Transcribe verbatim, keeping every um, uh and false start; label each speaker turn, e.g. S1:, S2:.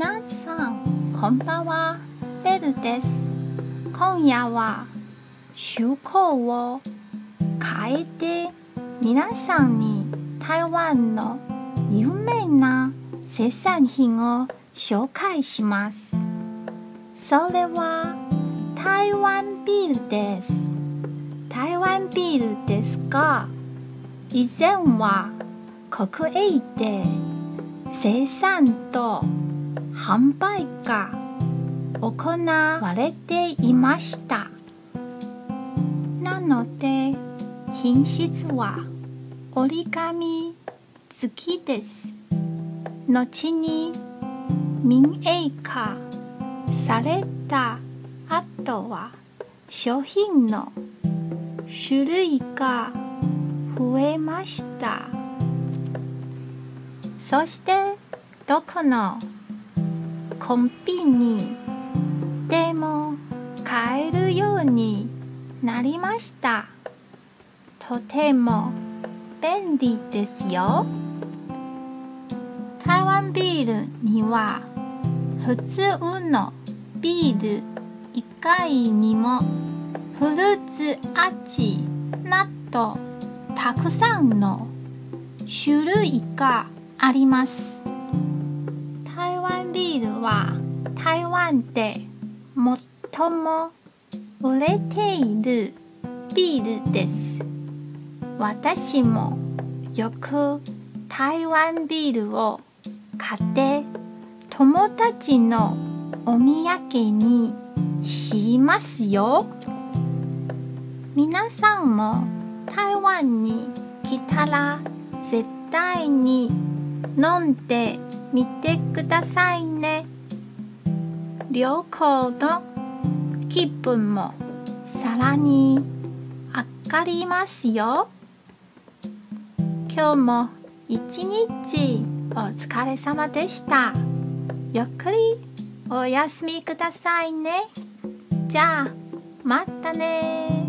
S1: 皆さん、こんばんは。ベルです。今夜は趣向を変えて皆さんに台湾の有名な生産品を紹介します。それは台湾ビールです。台湾ビールですが、以前は国営で生産と販売が行われていました。なので品質は折り紙付きです。後に民営化された後は商品の種類が増えました。そしてどこのコンビニでも買えるようになりました。とても便利ですよ。台湾ビールには普通のビール以外にもフルーツ味などたくさんの種類があります。台湾ビールは台湾で最も売れているビールです。私もよく台湾ビールを買って友達のお土産にしますよ。皆さんも台湾に来たら絶対に飲んでみてくださいね。旅行の気分もさらに上がりますよ。今日も一日お疲れ様でした。ゆっくりお休みくださいね。じゃあまたね。